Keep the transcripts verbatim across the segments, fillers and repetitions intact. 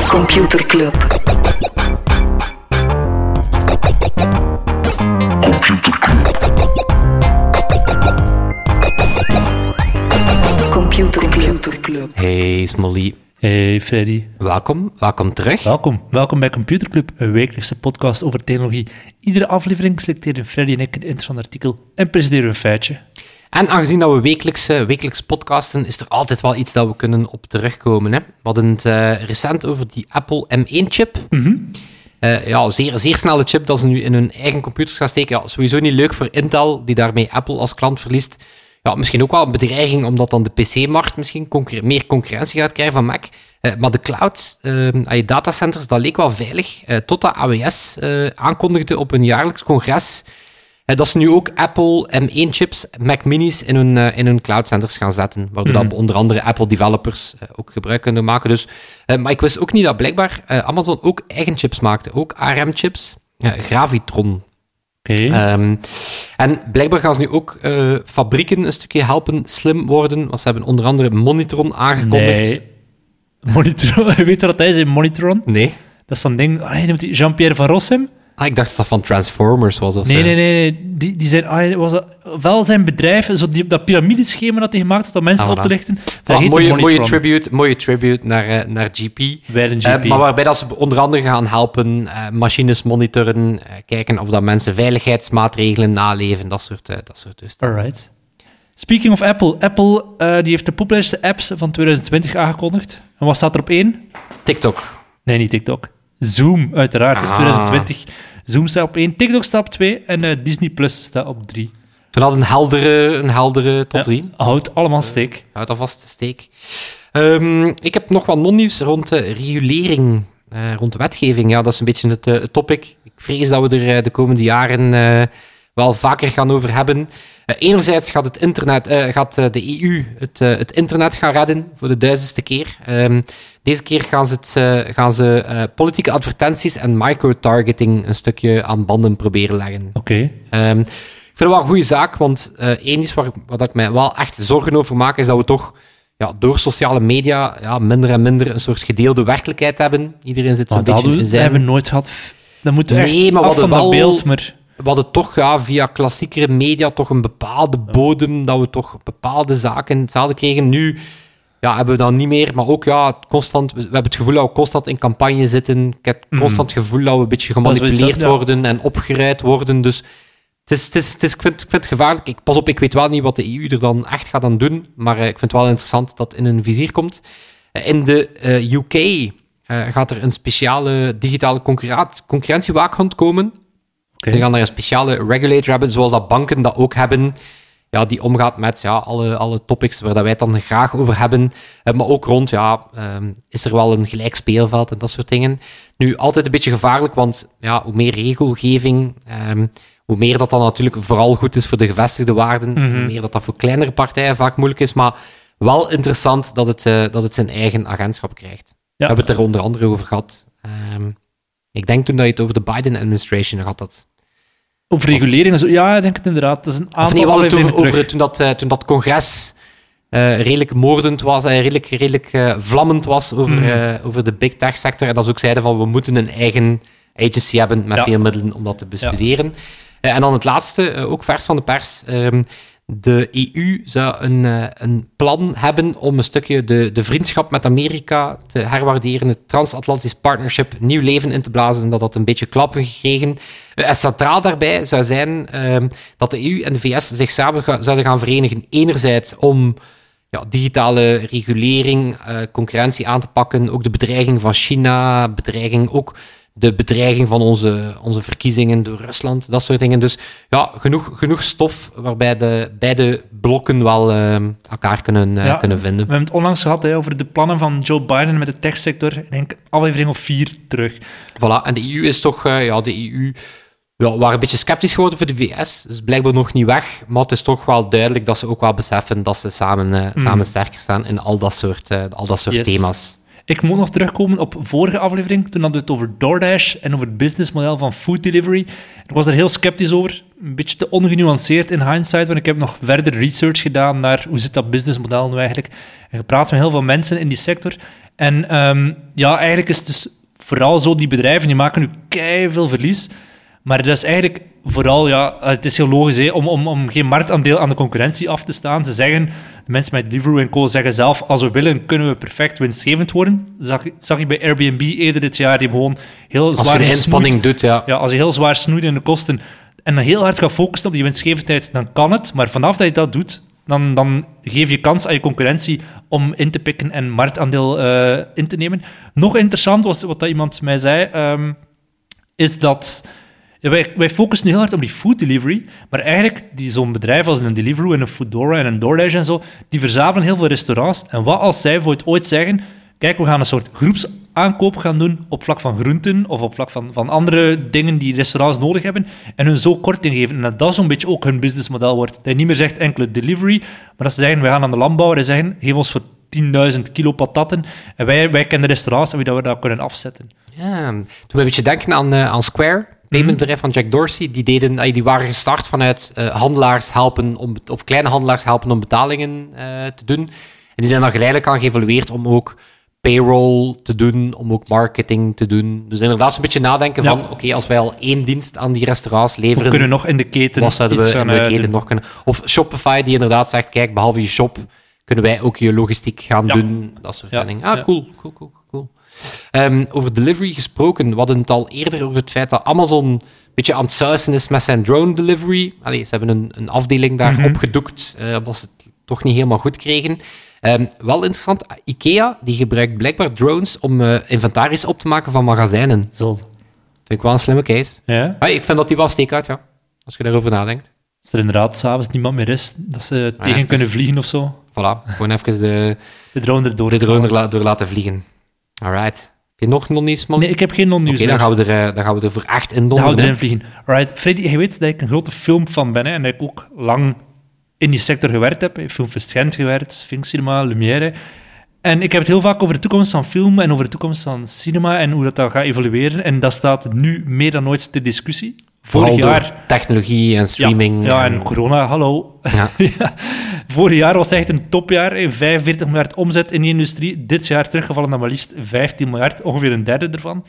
Computer Club. Computer Club. Hey Smolly. Hey Freddy. Welkom, welkom terug. Welkom. Welkom bij Computer Club, een wekelijkse podcast over technologie. Iedere aflevering selecteren Freddy en ik een interessant artikel en presenteren we een feitje. En aangezien dat we wekelijks, wekelijks podcasten, is er altijd wel iets dat we kunnen op terugkomen. Hè? We hadden het uh, recent over die Apple M één chip. Mm-hmm. Uh, ja, zeer, zeer snelle chip dat ze nu in hun eigen computers gaan steken. Ja, sowieso niet leuk voor Intel, die daarmee Apple als klant verliest. Ja, misschien ook wel een bedreiging, omdat dan de P C-markt misschien concurre- meer concurrentie gaat krijgen van Mac. Uh, maar de cloud, uh, je datacenters, dat leek wel veilig. Uh, totdat A W S uh, aankondigde op een jaarlijks congres uh, dat ze nu ook Apple M één chips, Mac Minis, in hun, uh, in hun cloudcenters gaan zetten. Waardoor mm. dat onder andere Apple-developers uh, ook gebruik kunnen maken. Dus, uh, maar ik wist ook niet dat blijkbaar uh, Amazon ook eigen chips maakte. Ook A R M-chips. Uh, Gravitron. Okay. Um, en blijkbaar gaan ze nu ook uh, fabrieken een stukje helpen slim worden. Want ze hebben onder andere Monitron aangekondigd. Nee. Monitron, weet je wat hij is in Monitron? Nee. Dat is van ding... Oh, noemt hij Jean-Pierre Van Rossum? Ah, ik dacht dat dat van Transformers was of nee, zo. Nee, nee, nee. Die, die zijn, ah, was dat, wel zijn bedrijf, zo die, dat piramideschema dat hij gemaakt had om mensen ah, op te lichten. Ah, mooie, mooie, tribute, mooie tribute naar, uh, naar G P. Wij een G P. Uh, maar waarbij dat ze onder andere gaan helpen, uh, machines monitoren, uh, kijken of dat mensen veiligheidsmaatregelen naleven, dat soort, uh, dat soort dus. Alright. Speaking of Apple. Apple uh, die heeft de populairste apps van twintig twintig aangekondigd. En wat staat er op één? TikTok. Nee, niet TikTok. Zoom, uiteraard. Het is ah. twintig twintig. Zoom staat op één, TikTok staat op twee en uh, Disney Plus staat op drie. Toen had een heldere, een heldere top drie. Ja, houdt allemaal steek. Uh, houdt alvast steek. Um, ik heb nog wat non-nieuws rond de regulering, uh, rond de wetgeving. Ja, dat is een beetje het, uh, het topic. Ik vrees dat we er uh, de komende jaren uh, wel vaker gaan over hebben. Uh, enerzijds gaat, het internet, uh, gaat uh, de E U het, uh, het internet gaan redden voor de duizendste keer. Um, deze keer gaan ze, het, uh, gaan ze uh, politieke advertenties en microtargeting een stukje aan banden proberen leggen. Oké. Okay. Um, ik vind het wel een goede zaak, want uh, één is waar, waar ik mij wel echt zorgen over maak, is dat we toch ja, door sociale media ja, minder en minder een soort gedeelde werkelijkheid hebben. Iedereen zit zo'n beetje in zijn... Dat hebben we nooit gehad. Dat moet echt nee, maar af van wel... dat beeld, maar... We hadden toch ja, via klassiekere media toch een bepaalde bodem, dat we toch bepaalde zaken hetzelfde kregen. Nu ja, hebben we dat niet meer, maar ook ja, constant, we hebben het gevoel dat we constant in campagne zitten. Ik heb mm. constant het gevoel dat we een beetje gemanipuleerd ja. worden en opgeruid worden. Dus het is, het is, het is, ik, vind, ik vind het gevaarlijk. Ik, pas op, ik weet wel niet wat de E U er dan echt gaat aan doen, maar uh, ik vind het wel interessant dat het in een vizier komt. Uh, in de uh, U K uh, gaat er een speciale digitale concurrentie- concurrentiewaakhond komen. Okay. We gaan daar een speciale regulator hebben, zoals dat banken dat ook hebben, ja, die omgaat met ja, alle, alle topics waar dat wij het dan graag over hebben, uh, maar ook rond, ja, um, is er wel een gelijk speelveld en dat soort dingen. Nu, altijd een beetje gevaarlijk, want ja, hoe meer regelgeving, um, hoe meer dat dan natuurlijk vooral goed is voor de gevestigde waarden, mm-hmm. hoe meer dat dat voor kleinere partijen vaak moeilijk is, maar wel interessant dat het, uh, dat het zijn eigen agentschap krijgt. Ja. We hebben het er onder andere over gehad. Um, Ik denk toen dat je het over de Biden-administration had. Dat... Over regulering en zo. Ja, ik denk het inderdaad. Dat is een aantal of nee, we hadden het over, over over toen, dat, uh, toen dat congres uh, redelijk moordend was, uh, redelijk, redelijk uh, vlammend was over, mm. uh, over de big tech sector. En dat ze ook zeiden van we moeten een eigen agency hebben met ja. veel middelen om dat te bestuderen. Ja. Uh, en dan het laatste, uh, ook vers van de pers. Um, De E U zou een, uh, een plan hebben om een stukje de, de vriendschap met Amerika te herwaarderen, het transatlantisch partnership nieuw leven in te blazen en dat dat een beetje klappen gekregen. Uh, en centraal daarbij zou zijn uh, dat de E U en de V S zich samen ga, zouden gaan verenigen. Enerzijds om ja, digitale regulering, uh, concurrentie aan te pakken, ook de bedreiging van China, bedreiging ook... de bedreiging van onze, onze verkiezingen door Rusland, dat soort dingen. Dus ja, genoeg, genoeg stof waarbij de beide blokken wel uh, elkaar kunnen, uh, ja, kunnen vinden. We hebben het onlangs gehad hè, over de plannen van Joe Biden met de techsector. Ik denk aflevering of vier terug. Voilà, en de E U is toch... Uh, ja, de E U ja, waren een beetje sceptisch geworden voor de V S. Dus blijkbaar nog niet weg. Maar het is toch wel duidelijk dat ze ook wel beseffen dat ze samen, uh, mm. samen sterker staan in al dat soort, uh, al dat soort yes. thema's. Ik moet nog terugkomen op vorige aflevering. Toen hadden we het over DoorDash en over het businessmodel van food delivery. Ik was er heel sceptisch over. Een beetje te ongenuanceerd in hindsight, want ik heb nog verder research gedaan naar hoe zit dat businessmodel nu eigenlijk. En gepraat met heel veel mensen in die sector. En um, ja, eigenlijk is het dus vooral zo, die bedrijven die maken nu keiveel verlies. Maar dat is eigenlijk vooral, ja, het is heel logisch, hè, om, om, om geen marktaandeel aan de concurrentie af te staan. Ze zeggen, de mensen met Deliveroo en Co. zeggen zelf, als we willen, kunnen we perfect winstgevend worden. Zag, zag je bij Airbnb eerder dit jaar, die gewoon heel zwaar... Als je de inspanning snoeit, doet, ja. Ja, als je heel zwaar snoeit in de kosten en dan heel hard gaat focussen op die winstgevendheid, dan kan het. Maar vanaf dat je dat doet, dan, dan geef je kans aan je concurrentie om in te pikken en marktaandeel uh, in te nemen. Nog interessant was wat dat iemand mij zei, um, is dat... Wij, wij focussen nu heel hard op die food delivery, maar eigenlijk die, zo'n bedrijf als een Deliveroo en een Foodora en een DoorDash en zo, die verzamelen heel veel restaurants. En wat als zij voor het ooit zeggen, kijk, we gaan een soort groepsaankoop gaan doen op vlak van groenten of op vlak van, van andere dingen die restaurants nodig hebben en hun zo korting geven. En dat dat zo'n beetje ook hun businessmodel wordt. Dat je niet meer zegt enkele delivery, maar dat ze zeggen, we gaan aan de landbouwer en zeggen, geef ons voor tienduizend kilo patatten en wij, wij kennen de restaurants en wie dat we dat kunnen afzetten. Ja, toen een beetje denken aan, uh, aan Square, paymentbedrijf van Jack Dorsey. Die, deden, die waren gestart vanuit uh, handelaars helpen om, of kleine handelaars helpen om betalingen uh, te doen. En die zijn dan geleidelijk aan geëvolueerd om ook payroll te doen, om ook marketing te doen. Dus inderdaad een beetje nadenken van, ja. oké, okay, als wij al één dienst aan die restaurants leveren... We kunnen nog in de keten wat zouden we in de keten doen. nog kunnen... Of Shopify, die inderdaad zegt, kijk, behalve je shop, kunnen wij ook je logistiek gaan ja. doen. Dat soort ja. dingen. Ah, ja. cool, cool, cool, cool. Um, over delivery gesproken, we hadden het al eerder over het feit dat Amazon een beetje aan het suisen is met zijn drone delivery. Allee, ze hebben een, een afdeling daar mm-hmm. opgedoekt, uh, omdat ze het toch niet helemaal goed kregen. Um, wel interessant, IKEA die gebruikt blijkbaar drones om uh, inventaris op te maken van magazijnen. Zo. Vind ik wel een slimme case. Ja? Ah, ik vind dat die wel steek uit, ja. Als je daarover nadenkt. Als er inderdaad s'avonds niemand meer is, dat ze ah, tegen even, kunnen vliegen of zo. Voilà, gewoon even de, de drone erdoor, de drone er door laten vliegen. Alright. Heb je nog non-nieuws, man? Nee, ik heb geen non-nieuws Oké, okay, dan, gaan we er, dan gaan we er voor echt in donderen. Dan gaan we erin vliegen. Alright, Freddy, je weet dat ik een grote filmfan ben, hè, en dat ik ook lang in die sector gewerkt heb. Filmfest Gent gewerkt, Sphinx Cinema, Lumière. En ik heb het heel vaak over de toekomst van film en over de toekomst van cinema en hoe dat, dat gaat evolueren. En dat staat nu meer dan ooit ter discussie. Vorig Vooral jaar... door technologie en streaming. Ja, ja en... en corona, hallo. Ja. ja. Vorig jaar was het echt een topjaar. vijfenveertig miljard omzet in die industrie. Dit jaar teruggevallen naar maar liefst vijftien miljard, ongeveer een derde ervan.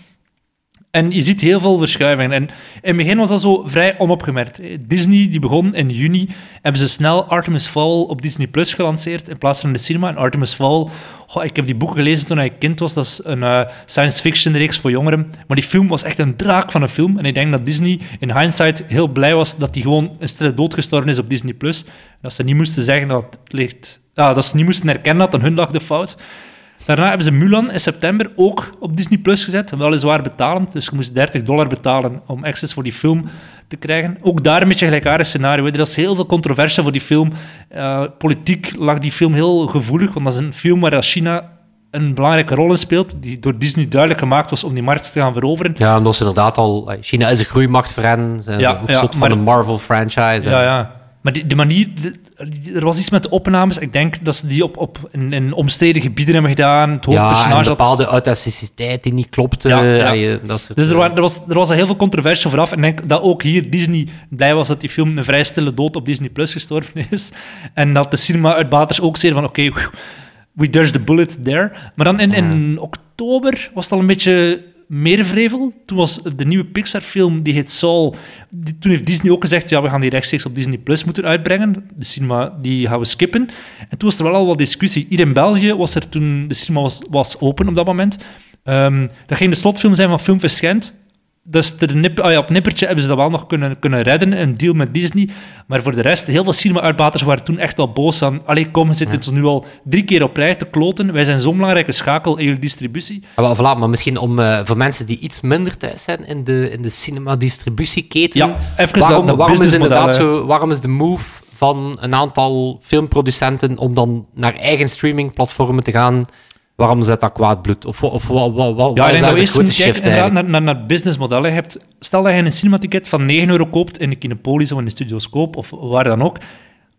En je ziet heel veel verschuivingen. En in het begin was dat zo vrij onopgemerkt. Disney die begon in juni, hebben ze snel Artemis Fowl op Disney Plus gelanceerd in plaats van in de cinema. En Artemis Fowl, goh, ik heb die boeken gelezen toen ik kind was. Dat is een uh, science fiction reeks voor jongeren. Maar die film was echt een draak van een film. En ik denk dat Disney in hindsight heel blij was dat die gewoon een stille dood gestorven is op Disney Plus. Dat ze niet moesten zeggen dat het ligt... Ah, dat ze niet moesten herkennen dat aan hun lag de fout. Daarna hebben ze Mulan in september ook op Disney Plus gezet, weliswaar betalend. Dus je moest dertig dollar betalen om access voor die film te krijgen. Ook daar een beetje een gelijkaardig scenario. Er was heel veel controverse voor die film. Uh, politiek lag die film heel gevoelig, want dat is een film waar China een belangrijke rol in speelt, die door Disney duidelijk gemaakt was om die markt te gaan veroveren. Ja, omdat ze inderdaad al... China is een groeimacht voor hen. Zijn ja, ze ook ja, soort van een Marvel-franchise. Ja, ja. Maar die, de manier... De, er was iets met de opnames. Ik denk dat ze die op, op in, in omstreden gebieden hebben gedaan. Het hoofdpersonage ja, en een bepaalde had... authenticiteit die niet klopte. Ja, ja. Je, dat soort, dus er, waren, er, was, er was al heel veel controverse vooraf. En ik denk dat ook hier Disney blij was dat die film een vrij stille dood op Disney Plus gestorven is. En dat de cinema-uitbaters ook zeiden van oké, okay, we dodged the bullet there. Maar dan in, in oktober was het al een beetje... meer vrevel. Toen was de nieuwe Pixar-film, die heet Soul. Die, toen heeft Disney ook gezegd, ja, we gaan die rechtstreeks op Disney Plus moeten uitbrengen. De cinema, die gaan we skippen. En toen was er wel al wat discussie. Hier in België was er toen, de cinema was, was open op dat moment. Um, dat ging de slotfilm zijn van Filmfest Gent. Dus ter nip, oh ja, op nippertje hebben ze dat wel nog kunnen, kunnen redden, een deal met Disney. Maar voor de rest, heel veel cinema-uitbaters waren toen echt al boos aan. Allee, kom, we zitten ja. nu al drie keer op rij te kloten. Wij zijn zo'n belangrijke schakel in jullie distributie. Ja, wel, voilà, maar misschien om, uh, voor mensen die iets minder thuis zijn in de, in de cinema-distributieketen. Ja, even waarom, dat, dat waarom, is inderdaad zo, waarom is de move van een aantal filmproducenten om dan naar eigen streamingplatformen te gaan... Waarom zet dat kwaad bloed? Of, of wat, wat, wat ja, is daar de grote shift eigenlijk? Naar, naar, naar het businessmodel. Je hebt, stel dat je een cinematicket van negen euro koopt in de Kinepolis of in de Studioscoop of waar dan ook.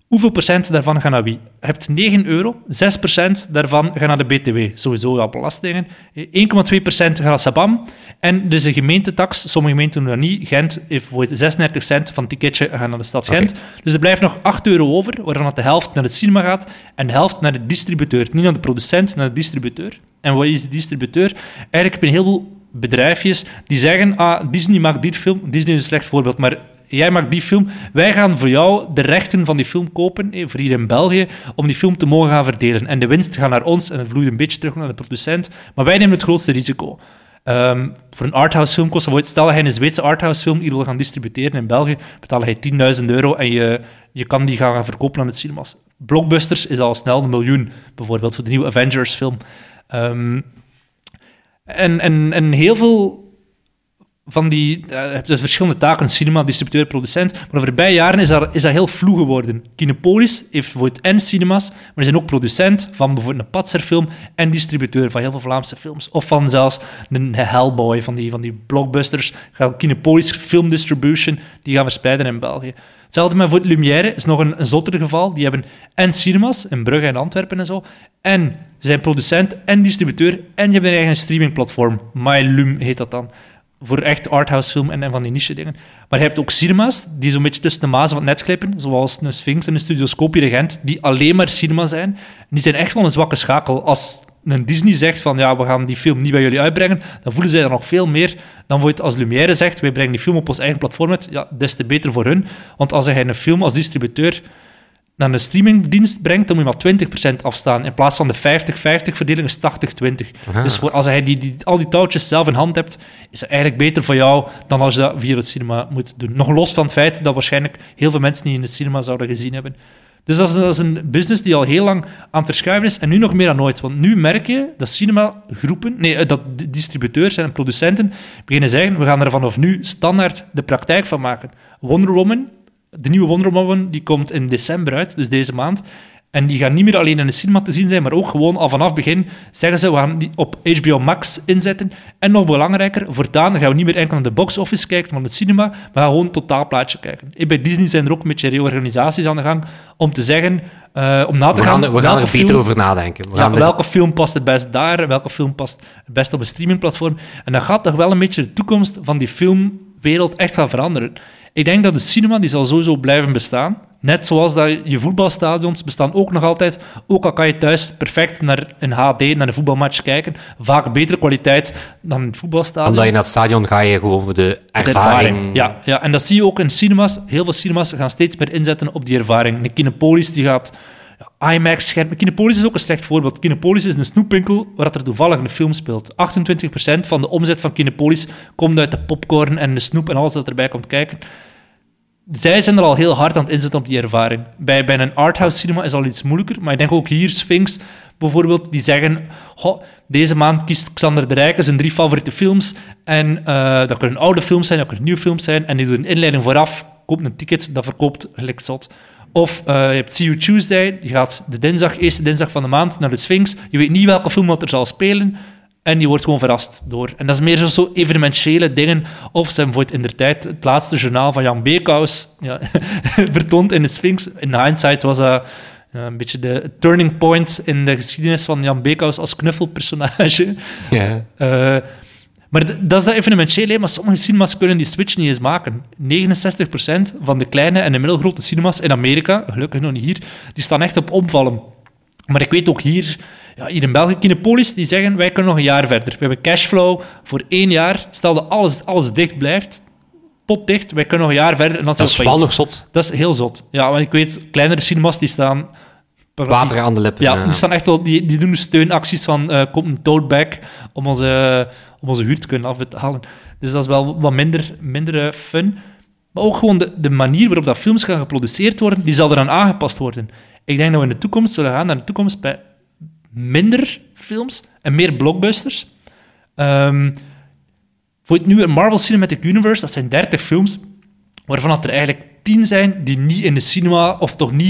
Hoeveel procent daarvan gaan naar wie? Je hebt negen euro, zes procent daarvan gaan naar de B T W. Sowieso ja, belastingen. één komma twee procent gaat naar Sabam. En dus een gemeentetax, sommige gemeenten doen dat niet. Gent heeft bijvoorbeeld zesendertig cent van het ticketje gaan naar de stad Gent. Okay. Dus er blijft nog acht euro over, waarvan de helft naar de cinema gaat en de helft naar de distributeur. Niet naar de producent, naar de distributeur. En wat is de distributeur? Eigenlijk heb je een heleboel bedrijfjes die zeggen, ah, Disney maakt die film. Disney is een slecht voorbeeld, maar jij maakt die film. Wij gaan voor jou de rechten van die film kopen, eh, voor hier in België, om die film te mogen gaan verdelen. En de winst gaat naar ons en het vloeit een beetje terug naar de producent. Maar wij nemen het grootste risico. Um, voor een arthouse film kost het, stel dat je een Zweedse arthouse film hier wil gaan distributeren in België, betaal je tienduizend euro en je, je kan die gaan verkopen aan de cinemas. Blockbusters is al snel een miljoen, bijvoorbeeld, voor de nieuwe Avengers film. Um, en, en, en heel veel van die... Uh, je hebt dus verschillende taken, cinema, distributeur, producent, maar de voorbije jaren is dat, is dat heel vloe geworden. Kinepolis heeft bijvoorbeeld en cinemas, maar ze zijn ook producent van bijvoorbeeld een Patserfilm en distributeur van heel veel Vlaamse films. Of van zelfs een Hellboy, van die, van die blockbusters. Kinepolis Film Distribution, die gaan verspreiden in België. Hetzelfde met voor Lumière, is nog een, een zotter geval. Die hebben en cinemas, in Brugge en Antwerpen en zo, en ze zijn producent en distributeur, en je hebt een eigen streamingplatform. MyLum heet dat dan. Voor echt arthouse film en, en van die niche dingen. Maar je hebt ook cinema's die zo'n beetje tussen de mazen van het net glippen, zoals een Sphinx en een Studioscoop hier in Gent, die alleen maar cinema zijn. En die zijn echt wel een zwakke schakel. Als een Disney zegt van ja, we gaan die film niet bij jullie uitbrengen, dan voelen zij er nog veel meer dan voor het als Lumière zegt, wij brengen die film op ons eigen platform uit. Ja, des te beter voor hun. Want als hij een film als distributeur naar een streamingdienst brengt, dan moet je maar twintig procent afstaan. In plaats van de vijftig vijftig verdeling is tachtig twintig. Dus voor, als hij die, die, al die touwtjes zelf in hand hebt, is het eigenlijk beter voor jou dan als je dat via het cinema moet doen. Nog los van het feit dat waarschijnlijk heel veel mensen niet in het cinema zouden gezien hebben. Dus dat is, dat is een business die al heel lang aan het verschuiven is en nu nog meer dan ooit. Want nu merk je dat cinemagroepen, nee, dat distributeurs en producenten beginnen zeggen, we gaan er vanaf nu standaard de praktijk van maken. Wonder Woman, de nieuwe Wonder Woman, die komt in december uit, dus deze maand. En die gaan niet meer alleen in de cinema te zien zijn, maar ook gewoon al vanaf begin zeggen ze, we gaan die op H B O Max inzetten. En nog belangrijker, voortaan gaan we niet meer enkel naar de box-office kijken van het cinema, maar gaan gewoon een totaalplaatje kijken. En bij Disney zijn er ook een beetje reorganisaties aan de gang om te zeggen, uh, om na te we gaan... gaan, we gaan er film, beter over nadenken. We ja, gaan welke er... film past het best daar, welke film past het best op een streamingplatform. En dan gaat toch wel een beetje de toekomst van die filmwereld echt gaan veranderen. Ik denk dat de cinema die zal sowieso blijven bestaan. Net zoals dat je voetbalstadions bestaan ook nog altijd. Ook al kan je thuis perfect naar een H D, naar een voetbalmatch kijken. Vaak betere kwaliteit dan in het voetbalstadion. Omdat je naar het stadion ga je gewoon voor de ervaring. De ervaring. Ja, ja, en dat zie je ook in cinema's. Heel veel cinema's gaan steeds meer inzetten op die ervaring. Een Kinepolis die gaat... Ja, IMAX-scherm. Kinepolis is ook een slecht voorbeeld. Kinepolis is een snoepwinkel waar er toevallig een film speelt. achtentwintig procent van de omzet van Kinepolis komt uit de popcorn en de snoep en alles dat erbij komt kijken. Zij zijn er al heel hard aan het inzetten op die ervaring. Bij, bij een arthouse cinema is al iets moeilijker, maar ik denk ook hier Sphinx bijvoorbeeld, die zeggen, goh, deze maand kiest Xander de Rijken zijn drie favoriete films en uh, dat kunnen oude films zijn, dat kunnen nieuwe films zijn en die doen een inleiding vooraf, koopt een ticket, dat verkoopt gelijk zot. Of uh, je hebt See You Tuesday, je gaat de dinsdag, eerste dinsdag van de maand naar de Sphinx, je weet niet welke film dat er zal spelen, en je wordt gewoon verrast door. En dat is meer zo, zo evenementele dingen. Of ze hebben bijvoorbeeld in de tijd het laatste journaal van Jan Beekhuis ja, vertoond in de Sphinx. In hindsight was dat uh, een beetje de turning point in de geschiedenis van Jan Beekhuis als knuffelpersonage. Yeah. Uh, maar d- dat is dat evenementele, maar sommige cinemas kunnen die switch niet eens maken. negenenzestig procent van de kleine en de middelgrote cinemas in Amerika, gelukkig nog niet hier, die staan echt op omvallen. Maar ik weet ook hier... Ja, hier in België, Kinepolis, die zeggen, wij kunnen nog een jaar verder. We hebben cashflow voor één jaar. Stel dat alles, alles dicht blijft, potdicht, wij kunnen nog een jaar verder. En dan dat is wel nog zot. Dat is heel zot. Ja, want ik weet, kleinere cinemas, die staan... Water die, aan de lippen. Ja, ja, die staan echt wel... Die, die doen steunacties van, uh, komt een tote bag om onze, om onze huur te kunnen afbetalen. Dus dat is wel wat minder, minder uh, fun. Maar ook gewoon de, de manier waarop dat films gaan geproduceerd worden, die zal eraan aangepast worden. Ik denk dat we in de toekomst zullen gaan naar de toekomst bij minder films en meer blockbusters. Um, voor het nieuwe Marvel Cinematic Universe, dat zijn dertig films, waarvan er eigenlijk tien zijn die niet in de cinema, of toch niet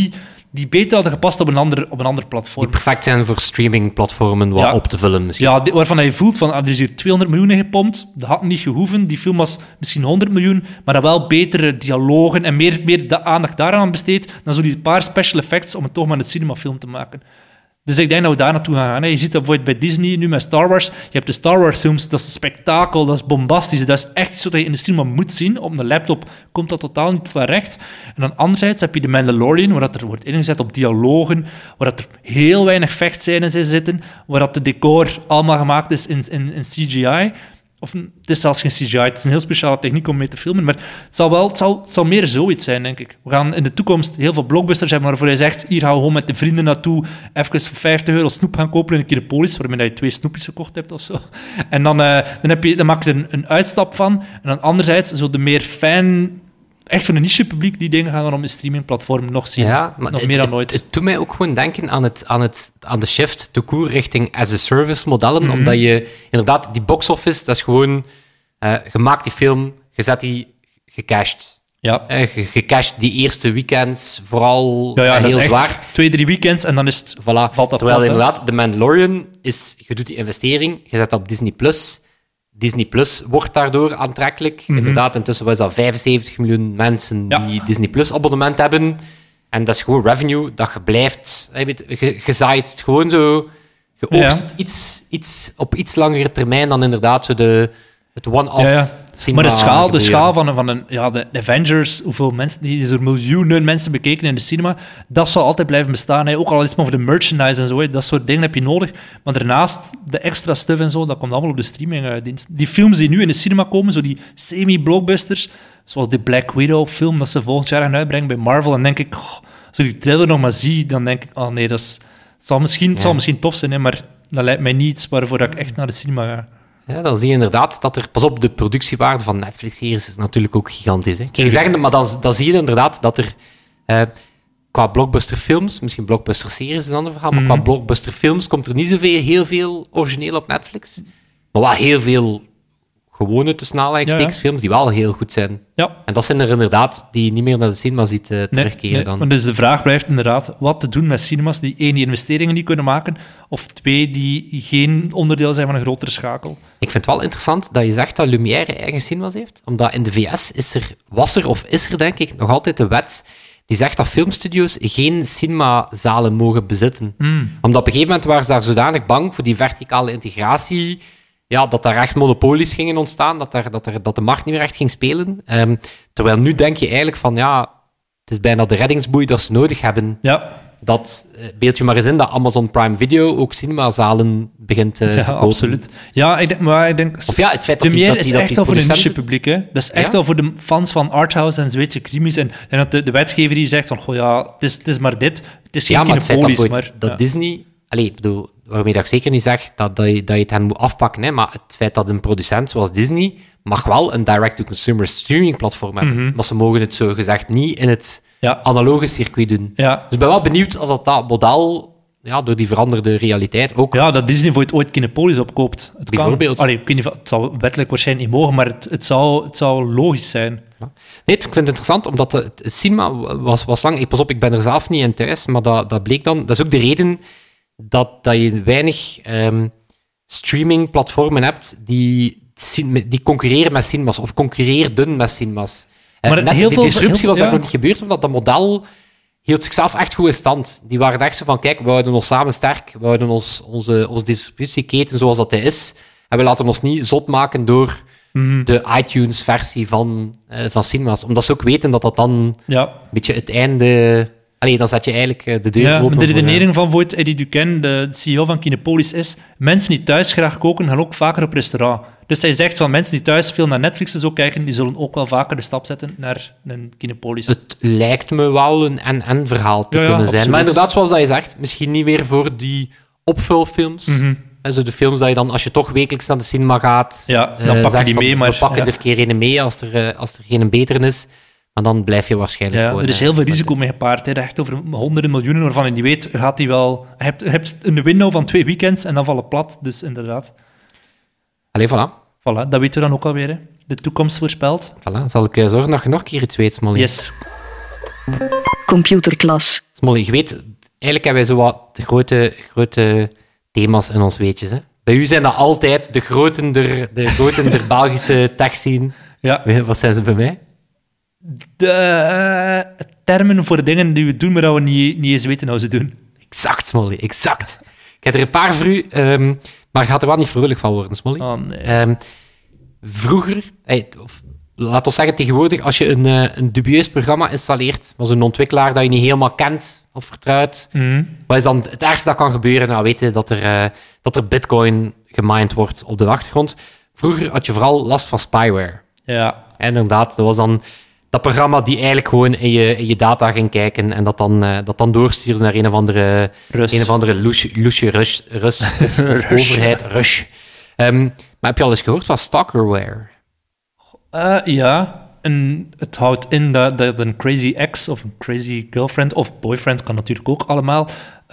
die beter hadden gepast op een ander, op een ander platform. Die perfect zijn voor streamingplatformen wat Ja. op te vullen misschien. Ja, die- waarvan je voelt van, ah, er is hier tweehonderd miljoen in gepompt. Dat had niet gehoeven. Die film was misschien honderd miljoen, maar dat wel betere dialogen en meer, meer de aandacht daaraan besteed dan zo die paar special effects om het toch maar een cinemafilm te maken. Dus ik denk dat we daar naartoe gaan gaan. Hè. Je ziet dat bijvoorbeeld bij Disney nu met Star Wars. Je hebt de Star Wars films, dat is een spektakel, dat is bombastisch. Dat is echt iets wat je in de cinema moet zien. Op een laptop komt dat totaal niet tot haar recht. En dan anderzijds heb je de Mandalorian, waar dat er wordt ingezet op dialogen, waar dat er heel weinig vechtscènes in zitten, waar dat de decor allemaal gemaakt is in, in, in C G I. Of het is zelfs geen C G I, het is een heel speciale techniek om mee te filmen. Maar het zal, wel, het zal, het zal meer zoiets zijn, denk ik. We gaan in de toekomst heel veel blockbusters hebben waarvoor je zegt, hier gaan we gewoon met de vrienden naartoe, even voor vijftig euro snoep gaan kopen in een Kinepolis, waarmee je twee snoepjes gekocht hebt of zo. En dan, uh, dan, heb je, dan maak je er een, een uitstap van. En dan anderzijds, zo de meer fan... Echt voor een niche-publiek, die dingen gaan we op een streamingplatform nog zien. Ja, maar nog het, meer dan het, ooit. Het, doet mij ook gewoon denken aan, het, aan, het, aan de shift to court richting as-a-service modellen, Mhm. omdat je inderdaad, die box-office, dat is gewoon, uh, je maakt die film, je zet die gecashed. Ja. Uh, ge- gecashed die eerste weekends, vooral Ja, ja, uh, dat heel is echt zwaar. twee, drie weekends en dan is het... Voilà. Valt dat Terwijl plat, hè? inderdaad, de Mandalorian is, je doet die investering, je zet dat op Disney Plus. Disney Plus wordt daardoor aantrekkelijk. Mhm. Inderdaad, intussen was dat vijfenzeventig miljoen mensen Ja. die Disney Plus abonnement hebben. En dat is gewoon revenue dat je blijft. Je, weet, je, je zaait het gewoon zo. Je oogst Ja. het iets, iets, op iets langere termijn dan inderdaad zo de, het one-off. Ja, ja. cinema Maar de schaal, de gebeuren. schaal van, van een, ja, de Avengers, hoeveel mensen, die is door miljoenen mensen bekeken in de cinema, dat zal altijd blijven bestaan. Hè. Ook al is het maar voor de merchandise en zo, hè. Dat soort dingen heb je nodig. Maar daarnaast, de extra stuff en zo, dat komt allemaal op de streamingdienst. Die films die nu in de cinema komen, zo die semi-blockbusters, zoals de Black Widow-film dat ze volgend jaar gaan uitbrengen bij Marvel, en denk ik, goh, als ik die trailer nog maar zie, dan denk ik, oh nee, dat is, het zal misschien, het zal misschien tof zijn, hè, maar dat lijkt mij niet iets waarvoor ik echt naar de cinema ga. Ja, dan zie je inderdaad dat er... Pas op, de productiewaarde van Netflix-series is natuurlijk ook gigantisch. Hè. Ik kan je zeggen, maar dan, dan zie je inderdaad dat er eh, qua blockbusterfilms, misschien blockbuster-series is een ander verhaal, maar Mhm. qua blockbusterfilms komt er niet zoveel, heel veel origineel op Netflix. Maar wel heel veel gewone, tussen aanhalingstekens, Ja, ja. films die wel heel goed zijn. Ja. En dat zijn er inderdaad die je niet meer naar de cinema ziet uh, terugkeren nee, dan. Maar dus de vraag blijft inderdaad wat te doen met cinemas die één, die investeringen niet kunnen maken, of twee, die geen onderdeel zijn van een grotere schakel. Ik vind het wel interessant dat je zegt dat Lumière eigen cinemas heeft. Omdat in de V S is er, was er of is er denk ik nog altijd een wet die zegt dat filmstudio's geen cinemazalen mogen bezitten. Hmm. Omdat op een gegeven moment waren ze daar zodanig bang voor die verticale integratie, ja, dat daar echt monopolies gingen ontstaan, dat, daar, dat, er, dat de markt niet meer echt ging spelen. Ehm, terwijl nu denk je eigenlijk van, ja, het is bijna de reddingsboei dat ze nodig hebben. Ja, Dat, eh, beeld je maar eens in, dat Amazon Prime Video ook cinemazalen begint uh, ja te kopen. absoluut. Ja, ik denk, maar ik denk... Of ja, het feit dat die, Premiere dat die, is dat echt die wel voor een producenten- niche-publiek, hè. Dat is echt Ja? wel voor de fans van arthouse en Zweedse krimis. En, en dat de, de wetgever die zegt van, goh ja, het is, het is maar dit. Het is geen Ja, maar het feit dat, Kinepolis, ooit- maar... dat ja. Disney... Allee, ik bedoel, waarmee dat ik zeker niet zeg dat, dat, je, dat je het hen moet afpakken, hè, maar het feit dat een producent zoals Disney mag wel een direct-to-consumer streaming-platform hebben. Mhm. Maar ze mogen het zo gezegd niet in het Ja, analoge circuit doen. ja. Dus ik ben wel benieuwd of dat, dat model, ja, door die veranderde realiteit, ook... Ja, dat Disney voor het ooit Kinepolis opkoopt. Het Bijvoorbeeld. Kan. Allee, ik weet niet, of- het zal wettelijk waarschijnlijk niet mogen, maar het, het, zou, het zou logisch zijn. Nee, ik vind het interessant, omdat het, het cinema was, was lang... Ik, pas op, ik ben er zelf niet in thuis, maar dat, dat bleek dan... Dat is ook de reden dat, dat je weinig ehm, streamingplatformen hebt die, cin- die concurreren met cinemas, of concurreerden met cinemas. Eh, Maar net heel die veel- disruptie heel- was daar ja. nog niet gebeurd, omdat dat model hield zichzelf echt goed in stand. Die waren echt zo van, kijk, we houden ons samen sterk, we houden ons, onze, onze distributieketen zoals dat hij is, en we laten ons niet zot maken door Mhm. de iTunes-versie van, eh, van cinemas. Omdat ze ook weten dat dat dan een Ja, beetje het einde... Allee, dan zet je eigenlijk eh, de deur ja open maar de voor, eh, redenering van Voigt Eddie Duquesne, de C E O van Kinepolis, is mensen die thuis graag koken, gaan ook vaker op restaurant. Dus hij zegt van mensen die thuis veel naar Netflix en zo kijken, die zullen ook wel vaker de stap zetten naar een Kinepolis. Het lijkt me wel een en-en verhaal te Ja, ja, kunnen zijn. absoluut. Maar inderdaad, zoals dat je zegt, misschien niet meer voor die opvulfilms. Mhm. En zo de films dat je dan, als je toch wekelijks naar de cinema gaat... Ja, dan eh, pak je zegt die van, mee, maar... We pakken ja. er een keer een mee als er, eh, als er geen betere is. Maar dan blijf je waarschijnlijk Ja, gewoon... er is eh, heel veel met risico het- mee gepaard. Hè. Echt over honderden miljoenen waarvan je niet weet, gaat die wel... Je hebt, je hebt een window van twee weekends en dan vallen plat. Dus inderdaad. Allee, voilà. Voilà, dat weten we dan ook alweer. Hè. De toekomst voorspelt. voilà. Zal ik eh, zorgen dat je nog een keer iets weet, Molly? Yes. Computerklas. Smolly, je weet, eigenlijk hebben wij zo wat de grote, grote thema's in ons weetjes. Hè? Bij u zijn dat altijd de groten der, de groten der Belgische techscene. Ja. Wat zijn ze bij mij? De uh, termen voor dingen die we doen, maar dat we niet, niet eens weten hoe ze doen. Exact, Smolly, exact. Ik heb er een paar voor u, um, maar je gaat er wel niet vrolijk van worden, Smolly. Oh, nee. Um, vroeger, hey, of, laat ons zeggen tegenwoordig, als je een, uh, een dubieus programma installeert, van zo'n ontwikkelaar dat je niet helemaal kent of vertrouwt, Mm. wat is dan het ergste dat kan gebeuren? Nou, weet je dat er, uh, dat er bitcoin gemined wordt op de achtergrond. Vroeger had je vooral last van spyware. Ja. En inderdaad, dat was dan dat programma die eigenlijk gewoon in je, in je data ging kijken en dat dan, uh, dat dan doorstuurde naar een of andere, Rus. een of andere loesje, loesje Rus, Rus of, of Rush. overheid, Rush. Um, maar heb je al eens gehoord van stalkerware? Uh, ja. En het houdt in dat, dat een crazy ex of een crazy girlfriend of boyfriend, kan natuurlijk ook allemaal,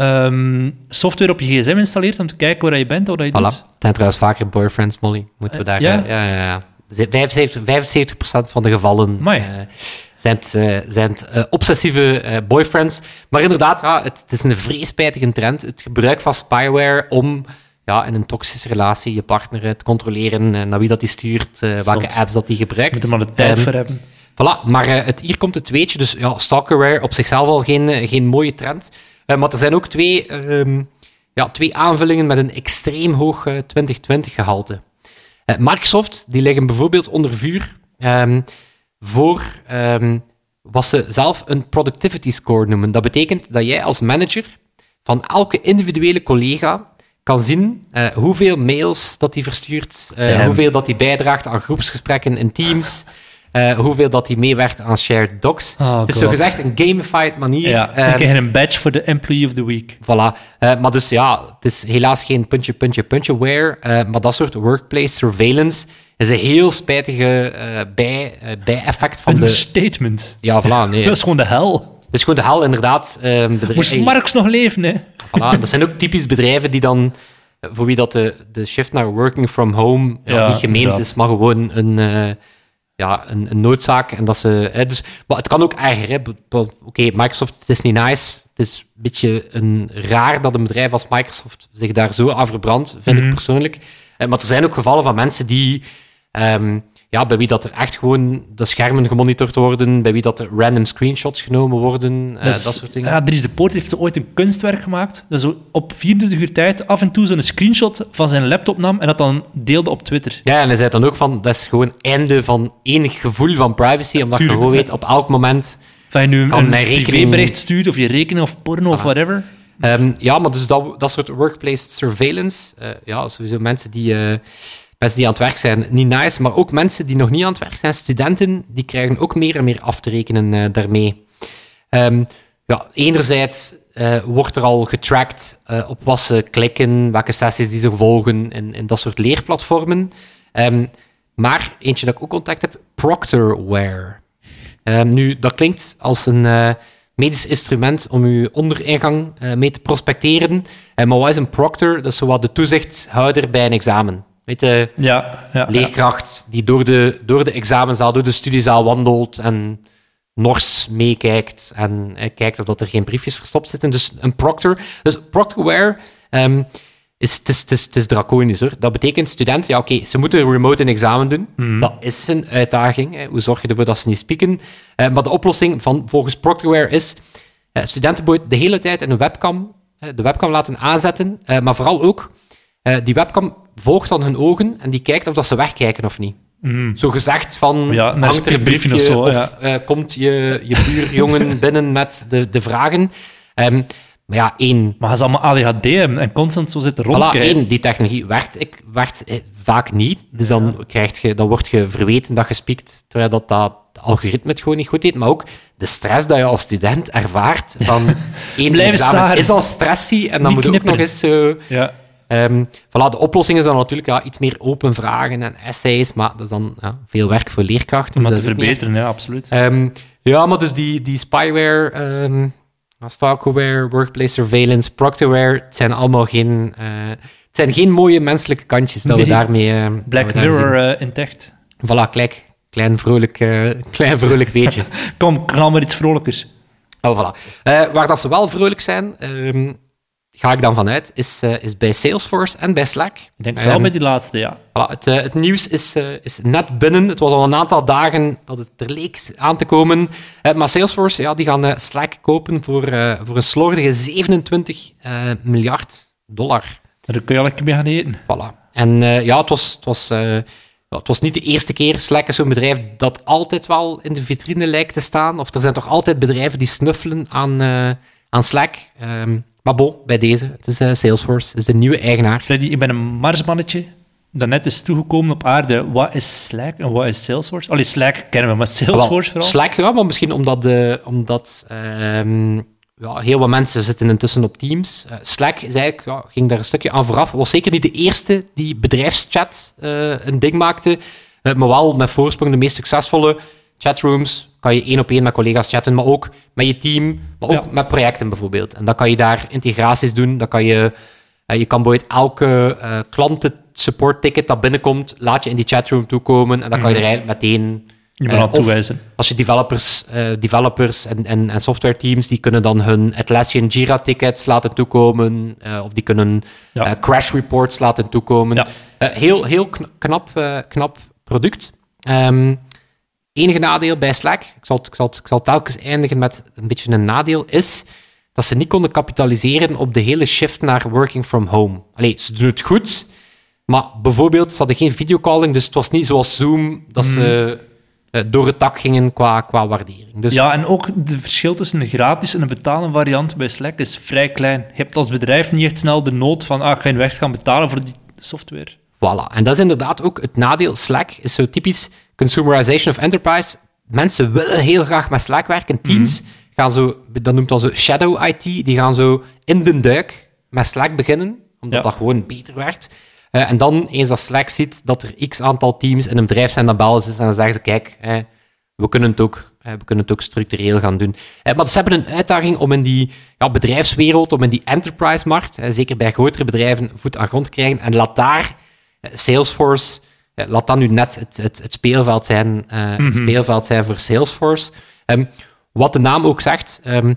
um, software op je gsm installeert om te kijken waar je bent, wat je Voilà. doet. Het zijn trouwens vaker boyfriends, Molly. Moeten we daar... Ja? uh, ja, ja, ja. vijfenzeventig, vijfenzeventig procent van de gevallen Amai. uh, zijn het, uh, zijn het uh, obsessieve uh, boyfriends. Maar inderdaad, ja, het, het is een vreespijtige trend. Het gebruik van spyware om ja, in een toxische relatie je partner uh, te controleren, uh, naar wie dat die stuurt, uh, welke Zot. apps dat die gebruikt. Moet er maar de tijd Um, voor hebben. Voilà, maar uh, het, hier komt het weetje. Dus ja, stalkerware op zichzelf al geen, uh, geen mooie trend. Uh, maar er zijn ook twee, um, ja, twee aanvullingen met een extreem hoog uh, twintig twintig gehalte. Uh, Microsoft, die liggen bijvoorbeeld onder vuur um, voor um, wat ze zelf een productivity score noemen. Dat betekent dat jij als manager van elke individuele collega kan zien uh, hoeveel mails dat hij verstuurt, uh, Damn. hoeveel dat hij bijdraagt aan groepsgesprekken in Teams, uh, hoeveel dat hij meewerkt aan shared docs. Oh, het is God. zogezegd een gamified manier. Ja, dan um, krijg je een badge voor de Employee of the Week. Voilà. Uh, maar dus ja, het is helaas geen puntje, puntje, puntje-ware, uh, maar dat soort workplace surveillance is een heel spijtige uh, bij, uh, bijeffect van Een de... statement. Ja, voilà. Nee, Dat is gewoon de hel. het is gewoon de hel, inderdaad. Uh, bedrijf... Moest Marx nog leven, hè? Voilà. Dat zijn ook typisch bedrijven die dan, voor wie dat de, de shift naar working from home ja, Ja, niet gemeend inderdaad. is, maar gewoon een, uh, ja, een, een noodzaak. En dat ze, hè, dus, maar het kan ook erger. hè. Be- be- Oké, Microsoft, het is niet nice. Het is een beetje een, raar dat een bedrijf als Microsoft zich daar zo aan verbrandt, vind Mhm. ik persoonlijk. Uh, maar er zijn ook gevallen van mensen die... Um, ja, bij wie dat er echt gewoon de schermen gemonitord worden, bij wie dat er random screenshots genomen worden, uh, Dat, is- dat soort dingen. Ja, Dries de Poort heeft zo ooit een kunstwerk gemaakt. Dat zo op vierentwintig uur tijd af en toe zo'n screenshot van zijn laptop nam en dat dan deelde op Twitter. Ja, en hij zei dan ook van, dat is gewoon einde van enig gevoel van privacy, omdat Tuurlijk. je gewoon weet, op elk moment... Of je nu Kan een mijn rekening- privébericht stuurt, of je rekening of porno of Voilà. whatever. Um, ja, maar dus dat, dat soort workplace surveillance, uh, ja, sowieso mensen die, uh, mensen die aan het werk zijn, niet nice, maar ook mensen die nog niet aan het werk zijn, studenten, die krijgen ook meer en meer af te rekenen uh, daarmee. Um, ja, enerzijds uh, wordt er al getracked uh, op wat ze klikken, welke sessies die ze volgen in, in dat soort leerplatformen. Um, maar eentje dat ik ook contact heb, Proctorware. Um, nu, dat klinkt als een uh, medisch instrument om uw onderingang uh, mee te prospecteren. Uh, maar wat is een proctor? Dat is zowat de toezichthouder bij een examen. Weet je, Ja, ja, ja. leerkracht die door de, door de examenzaal, door de studiezaal wandelt en nors meekijkt en uh, kijkt of dat er geen briefjes verstopt zitten. Dus een proctor. Dus proctorware um, is, het is, het is, het is draconisch, hoor. Dat betekent studenten, ja oké, okay, ze moeten remote een examen doen. Mhm. Dat is een uitdaging. Hè. Hoe zorg je ervoor dat ze niet spieken? Uh, maar de oplossing van, volgens proctorware is uh, studenten moeten de hele tijd in een webcam, uh, de webcam laten aanzetten, uh, maar vooral ook, uh, die webcam volgt dan hun ogen en die kijkt of dat ze wegkijken of niet. Mhm. Zo gezegd van, Ja, een hangt er een briefje briefje of of, zo, ja. uh, komt je, je buurjongen binnen met de, de vragen. Um, maar ja, één, Maar ze allemaal A D H D hebben en constant zo zitten voilà, rondkijken. één, die technologie werkt, ik, werkt eh, vaak niet. Dus dan, krijg je, dan word je verweten dat je spiekt, terwijl dat, dat algoritme het gewoon niet goed deed. Maar ook de stress dat je als student ervaart van één Blijven examen staren. is al stressy en dan Niet moet je ook nog knipperen. eens zo... Ja. Um, voilà, de oplossing is dan natuurlijk ja, iets meer open vragen en essays, maar dat is dan ja, veel werk voor leerkrachten. Om dus dat te is ook niet verbeteren, ja, absoluut. echt. Um, ja, maar dus die, die spyware, um, stalkerware, workplace surveillance, proctorware, het zijn allemaal geen, uh, het zijn geen mooie menselijke kantjes dat Nee. we daarmee... Uh, dat Black we daarmee Mirror zien. uh, intact. Voilà, kijk, klein vrolijk, uh, klein vrolijk weetje. Kom, knal maar iets vrolijkers. Oh, voilà. Uh, waar dat ze wel vrolijk zijn, um, ga ik dan vanuit, is, uh, is bij Salesforce en bij Slack. Ik denk wel um, bij die laatste, ja. Voilà, het, uh, het nieuws is, uh, is net binnen. Het was al een aantal dagen dat het er leek aan te komen. Uh, maar Salesforce, ja, die gaan uh, Slack kopen voor, uh, voor een slordige zevenentwintig uh, miljard dollar. Daar kun je al een keer mee gaan eten. Voilà. En uh, ja, het was... Het was uh, Ja, het was niet de eerste keer. Slack is zo'n bedrijf dat altijd wel in de vitrine lijkt te staan. Of er zijn toch altijd bedrijven die snuffelen aan, uh, aan Slack. Um, maar bon, bij deze. Het is uh, Salesforce. Het is de nieuwe eigenaar. Freddy, ik ben een Marsmannetje dat net is toegekomen op aarde. Wat is Slack en wat is Salesforce? Allee, Slack kennen we, maar Salesforce Wel, vooral? Slack, ja, maar misschien omdat... De, omdat um, ja, heel wat mensen zitten intussen op Teams. Uh, Slack is eigenlijk, ja, ging daar een stukje aan vooraf. Was zeker niet de eerste die bedrijfschat uh, een ding maakte, uh, maar wel met voorsprong de meest succesvolle chatrooms. Kan je één op één met collega's chatten, maar ook met je team, maar ook ja. met projecten bijvoorbeeld. En dan kan je daar integraties doen. Dan kan je, uh, je kan bijvoorbeeld elke uh, klantensupport ticket dat binnenkomt, laat je in die chatroom toekomen en dan kan je er eigenlijk meteen... Je moet uh, toewijzen. Als je developers, uh, developers en, en, en software teams, die kunnen dan hun Atlassian Jira tickets laten toekomen, uh, of die kunnen ja. uh, crash reports laten toekomen. Ja. Uh, heel heel knap, uh, knap product. Um, enige nadeel bij Slack, ik zal, ik, zal, ik zal telkens eindigen met een beetje een nadeel, is dat ze niet konden kapitaliseren op de hele shift naar working from home. Allee, ze doen het goed, maar bijvoorbeeld, ze hadden geen videocalling, dus het was niet zoals Zoom, dat mm. ze... door het dak gingen qua, qua waardering. Dus... Ja, en ook het verschil tussen een gratis en een betalen variant bij Slack is vrij klein. Je hebt als bedrijf niet echt snel de nood van ah, ik ga je weg gaan betalen voor die software. Voilà, en dat is inderdaad ook het nadeel. Slack is zo typisch consumerization of enterprise. Mensen willen heel graag met Slack werken. Teams mm-hmm. gaan zo, dat noemt dan zo shadow I T, die gaan zo in de duik met Slack beginnen, omdat ja. dat gewoon beter werkt. Uh, en dan, eens dat Slack ziet dat er x aantal teams in een bedrijf zijn dat bellen is, en dan zeggen ze, kijk, eh, we, kunnen het ook, eh, we kunnen het ook structureel gaan doen. Eh, maar ze hebben een uitdaging om in die ja, bedrijfswereld, om in die enterprise-markt, eh, zeker bij grotere bedrijven, voet aan grond te krijgen. En laat daar eh, Salesforce, eh, laat dat nu net het, het, het, speelveld zijn, uh, mm-hmm. het speelveld zijn voor Salesforce. Um, wat de naam ook zegt, um,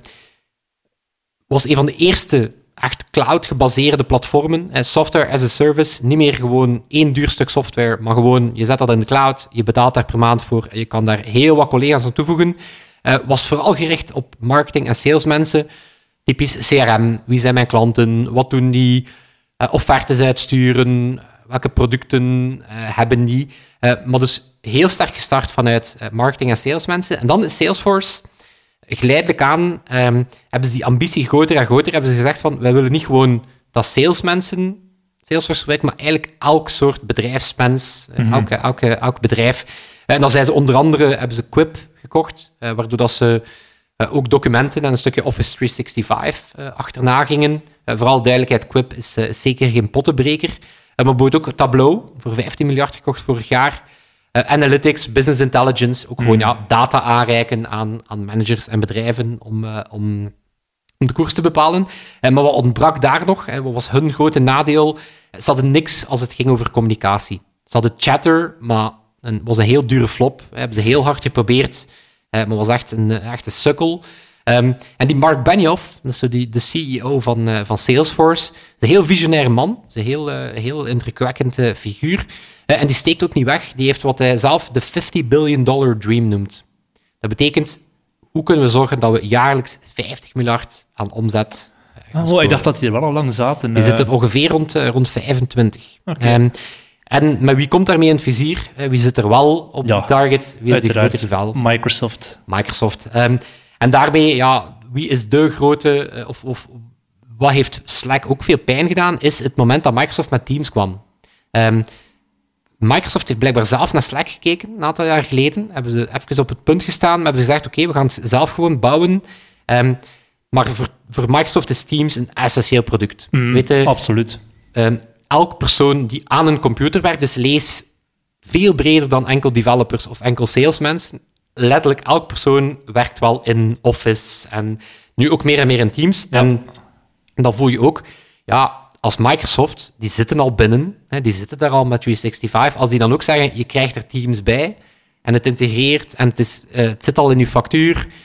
was een van de eerste echt cloud-gebaseerde platformen, software as a service, niet meer gewoon één duur stuk software, maar gewoon, je zet dat in de cloud, je betaalt daar per maand voor, je kan daar heel wat collega's aan toevoegen. Uh, was vooral gericht op marketing- en salesmensen, typisch C R M, wie zijn mijn klanten, wat doen die, uh, offertes uitsturen, welke producten uh, hebben die. Uh, maar dus heel sterk gestart vanuit uh, marketing- en salesmensen. En dan is Salesforce... Geleidelijk aan um, hebben ze die ambitie groter en groter. Hebben ze gezegd van, wij willen niet gewoon dat salesmensen Salesforce werken, maar eigenlijk elk soort bedrijfsmens, mm-hmm. elke, elke, elk bedrijf. En dan zijn ze onder andere, hebben ze Quip gekocht, uh, waardoor dat ze uh, ook documenten en een stukje Office driehonderdzestigvijf uh, achterna gingen. Uh, vooral duidelijkheid, Quip is, uh, is zeker geen pottenbreker. Uh, maar bijvoorbeeld ook Tableau, voor vijftien miljard gekocht vorig jaar. Uh, analytics, business intelligence, ook gewoon mm. ja, data aanreiken aan, aan managers en bedrijven om, uh, om, om de koers te bepalen. Uh, maar wat ontbrak daar nog, hè, wat was hun grote nadeel? Ze hadden niks als het ging over communicatie. Ze hadden Chatter, maar het was een heel dure flop. Hè, hebben ze heel hard geprobeerd, uh, maar was echt een, echt een sukkel. Um, en die Mark Benioff, dat is zo die, de C E O van, uh, van Salesforce, een heel visionaire man, is een heel, uh, heel indrukwekkende figuur. Uh, en die steekt ook niet weg. Die heeft wat hij zelf de fifty billion dollar dream noemt. Dat betekent, hoe kunnen we zorgen dat we jaarlijks vijftig miljard aan omzet uh, Oh, ik dacht dat die er wel al lang zaten. Die uh... zitten ongeveer rond, uh, rond vijfentwintig. Okay. Um, en met wie komt daarmee in het vizier? Uh, wie zit er wel op ja, die target? Wie is de grote rival? Microsoft. Microsoft. Um, en daarbij, ja, wie is de grote... Uh, of, of wat heeft Slack ook veel pijn gedaan, is het moment dat Microsoft met Teams kwam. Um, Microsoft heeft blijkbaar zelf naar Slack gekeken, een aantal jaar geleden. Hebben ze even op het punt gestaan, maar hebben ze gezegd, oké, okay, we gaan het zelf gewoon bouwen. Um, maar voor, voor Microsoft is Teams een essentieel product. Mm, Weet je, absoluut. Um, elk persoon die aan een computer werkt, dus lees veel breder dan enkel developers of enkel salesmensen. Letterlijk, elk persoon werkt wel in Office en nu ook meer en meer in Teams. Ja. En dan voel je ook, ja... Als Microsoft, die zitten al binnen, hè, die zitten daar al met driehonderdzestigvijf. Als die dan ook zeggen, je krijgt er Teams bij en het integreert en het, is, uh, het zit al in je factuur, het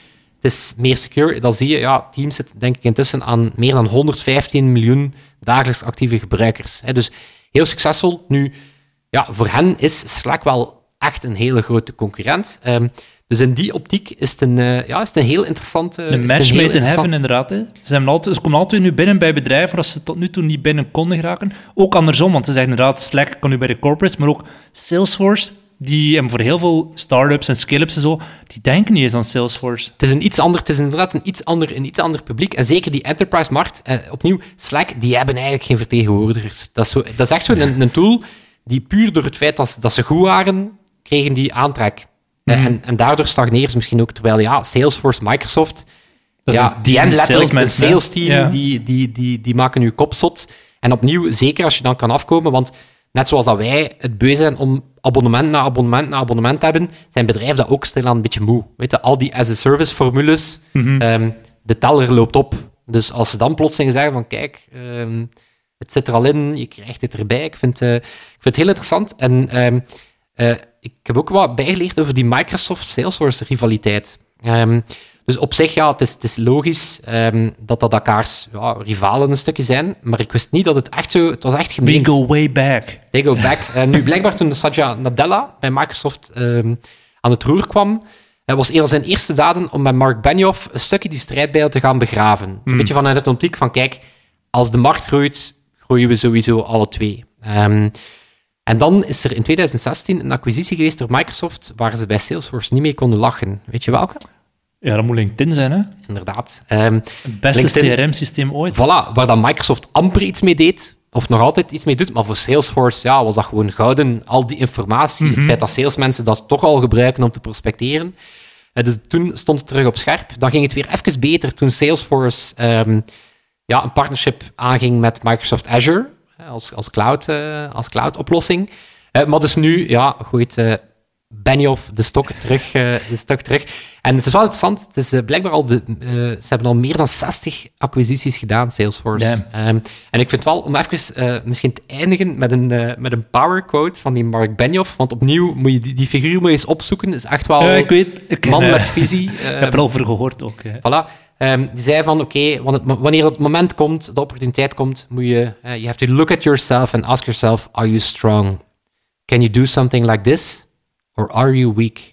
het is meer secure. Dan zie je, ja, Teams zit denk ik intussen aan meer dan honderdvijftien miljoen dagelijks actieve gebruikers. Hè. Dus heel succesvol. Nu, ja, voor hen is Slack wel echt een hele grote concurrent. Um, dus in die optiek is het een, uh, ja, is het een heel interessante... Een match made in heaven, inderdaad. Hè. Ze, hebben altijd, ze komen altijd nu binnen bij bedrijven waar ze tot nu toe niet binnen konden geraken. Ook andersom, want ze zeggen inderdaad, Slack kan nu bij de corporates, maar ook Salesforce, die hebben voor heel veel start-ups en scale-ups en zo, die denken niet eens aan Salesforce. Het is een iets ander, het is inderdaad een iets ander, een iets ander publiek. En zeker die enterprise-markt, eh, opnieuw, Slack, die hebben eigenlijk geen vertegenwoordigers. Dat is, zo, dat is echt zo'n een, een tool die puur door het feit dat ze, dat ze goed waren, kregen die aantrek. Mm. En, en daardoor stagneert ze misschien ook, terwijl ja, Salesforce, Microsoft, ja, die hebben letterlijk een sales team, ja. die, die, die, die maken je kop zot. En opnieuw, zeker als je dan kan afkomen, want net zoals dat wij het beu zijn om abonnement na abonnement na abonnement te hebben, zijn bedrijven dat ook stilaan een beetje moe. Weet je, al die as-a-service-formules, mm-hmm. um, de teller loopt op. Dus als ze dan plotseling zeggen van, kijk, um, het zit er al in, je krijgt het erbij. Ik vind, uh, ik vind het heel interessant. En um, uh, ik heb ook wat bijgeleerd over die Microsoft-Salesforce-rivaliteit. Um, dus op zich, ja, het is, het is logisch um, dat dat elkaars ja, rivalen een stukje zijn, maar ik wist niet dat het echt zo... Het was echt gemeend. We go way back. They go back. Uh, nu, blijkbaar toen Satya Nadella bij Microsoft um, aan het roer kwam, uh, was een van zijn eerste daden om met Mark Benioff een stukje die strijdbijl te gaan begraven. Mm. Een beetje vanuit het optiek van, kijk, als de markt groeit, groeien we sowieso alle twee. Um, en dan is er in twintig zestien een acquisitie geweest door Microsoft waar ze bij Salesforce niet mee konden lachen. Weet je welke? Ja, dat moet LinkedIn zijn, hè? Inderdaad. Um, het beste LinkedIn, C R M-systeem ooit. Voilà, waar dan Microsoft amper iets mee deed, of nog altijd iets mee doet, maar voor Salesforce ja, was dat gewoon gouden, al die informatie, mm-hmm. het feit dat salesmensen dat toch al gebruiken om te prospecteren. Uh, dus toen stond het terug op scherp. Dan ging het weer even beter toen Salesforce um, ja, een partnership aanging met Microsoft Azure, als, als, cloud, uh, als cloud-oplossing. Uh, maar dus nu, ja, gooit uh, Benioff de stok terug, uh, de stok terug. En het is wel interessant, het is uh, blijkbaar al de, uh, ze hebben al meer dan zestig acquisities gedaan, Salesforce. Um, en ik vind wel, om even uh, misschien te eindigen met een, uh, met een power quote van die Mark Benioff, want opnieuw, moet je die, die figuur moet je eens opzoeken, is echt wel ja, ik weet, ik, man uh, met visie. Ik uh, heb er al over gehoord ook. Hè. Voilà. Um, die zei van, oké, okay, wanneer het moment komt, de opportuniteit komt, moet je, uh, you have to look at yourself and ask yourself, are you strong? Can you do something like this? Or are you weak?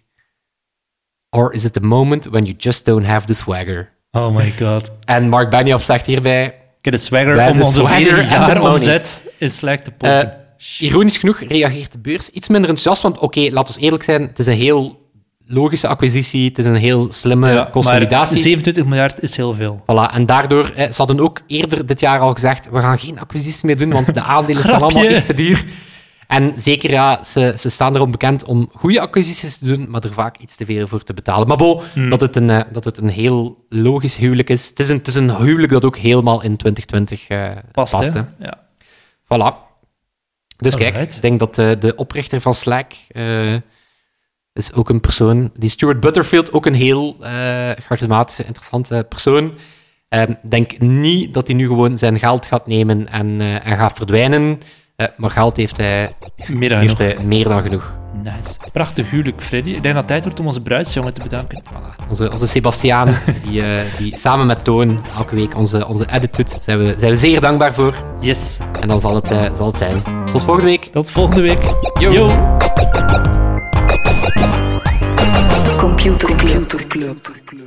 Or is it the moment when you just don't have the swagger? Oh my god. En Mark Benioff zegt hierbij... Ik heb de swagger om onze vier jaar omzet in Slack te poken. Uh, ironisch genoeg reageert de beurs iets minder enthousiast, want oké, okay, laten we eerlijk zijn, het is een heel logische acquisitie, het is een heel slimme ja, consolidatie. Maar zevenentwintig miljard is heel veel. Voilà, en daardoor, eh, ze hadden ook eerder dit jaar al gezegd, we gaan geen acquisities meer doen, want de aandelen staan allemaal iets te duur. En zeker, ja, ze, ze staan erom bekend om goede acquisities te doen, maar er vaak iets te veel voor te betalen. Maar bo, hmm. dat, het een, uh, dat het een heel logisch huwelijk is. Het is een, het is een huwelijk dat ook helemaal in twintig twintig uh, past. past hè? Ja. Voilà. Dus Alright. kijk, ik denk dat uh, de oprichter van Slack uh, is ook een persoon... Die Stuart Butterfield, ook een heel uh, charismatische, interessante persoon. Ik uh, denk niet dat hij nu gewoon zijn geld gaat nemen en, uh, en gaat verdwijnen... Uh, maar geld heeft hij meer dan, heeft genoeg. Hij meer dan genoeg. Nice. Prachtig huwelijk, Freddy. Ik denk dat het tijd wordt om onze bruidsjongen te bedanken. Voilà. Onze, onze Sebastiaan, die, uh, die samen met Toon elke week onze, onze edit doet, zijn we, zijn we zeer dankbaar voor. Yes. En dan zal het, uh, zal het zijn. Tot volgende week. Tot volgende week. Yo. Yo. Computer Club.